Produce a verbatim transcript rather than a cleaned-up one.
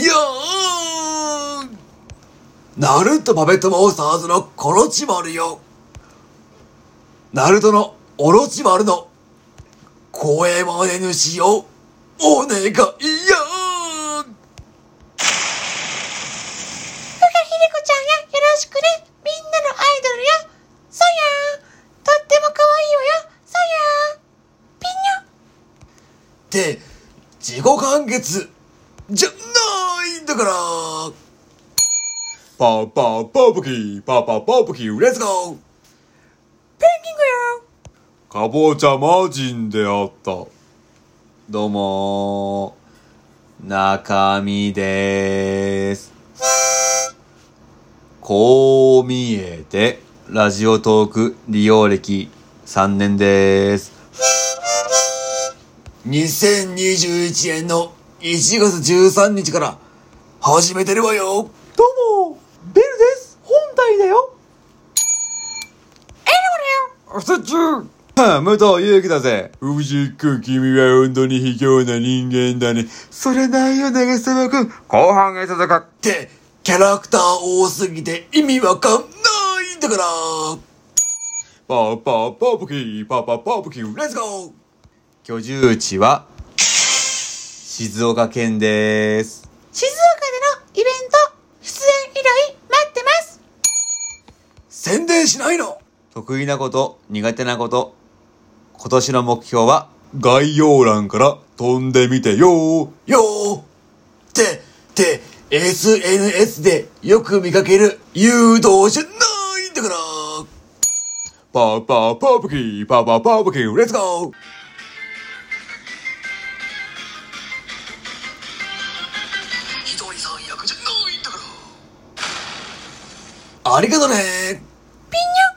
やーナルトパペットモンスターズのコロチマルよ。ナルトのオロチマルの声真似主をお願いやー。ふかひでこちゃんや、よろしくね。みんなのアイドルよ。そやー。とっても可愛いわよ。そやー。ピニョって自己完結じゃないんだから。パーパーパープキーパーパーパープキーレッツゴー。 ペンギングよ。 かぼちゃ魔人であった。どうもー中身でーす。こう見えてラジオトーク利用歴さんねんでーす。にせんにじゅういちねんのいちがつじゅうさんにちから始めてるわよ。 どうもベルです。本体だよ。エルスッチュー武藤祐樹だぜ。藤子君は本当に卑怯な人間だね。それないよ長澤くん。後半へ続くってキャラクター多すぎて意味わかんないんだから。パーパーパープキーパーパーパープキーレッツゴー。居住地は静岡県でーす。 静岡でのイベント出演依頼待ってます。 宣伝しないの。得意なこと苦手なこと、今年の目標は概要欄から飛んでみてよーよーってって エスエヌエス でよく見かける誘導じゃないんだから。パーパーパープキーパーパーパープキーレッツゴー。ひとりさん役じゃないんだから。ありがとねー。 ピニョ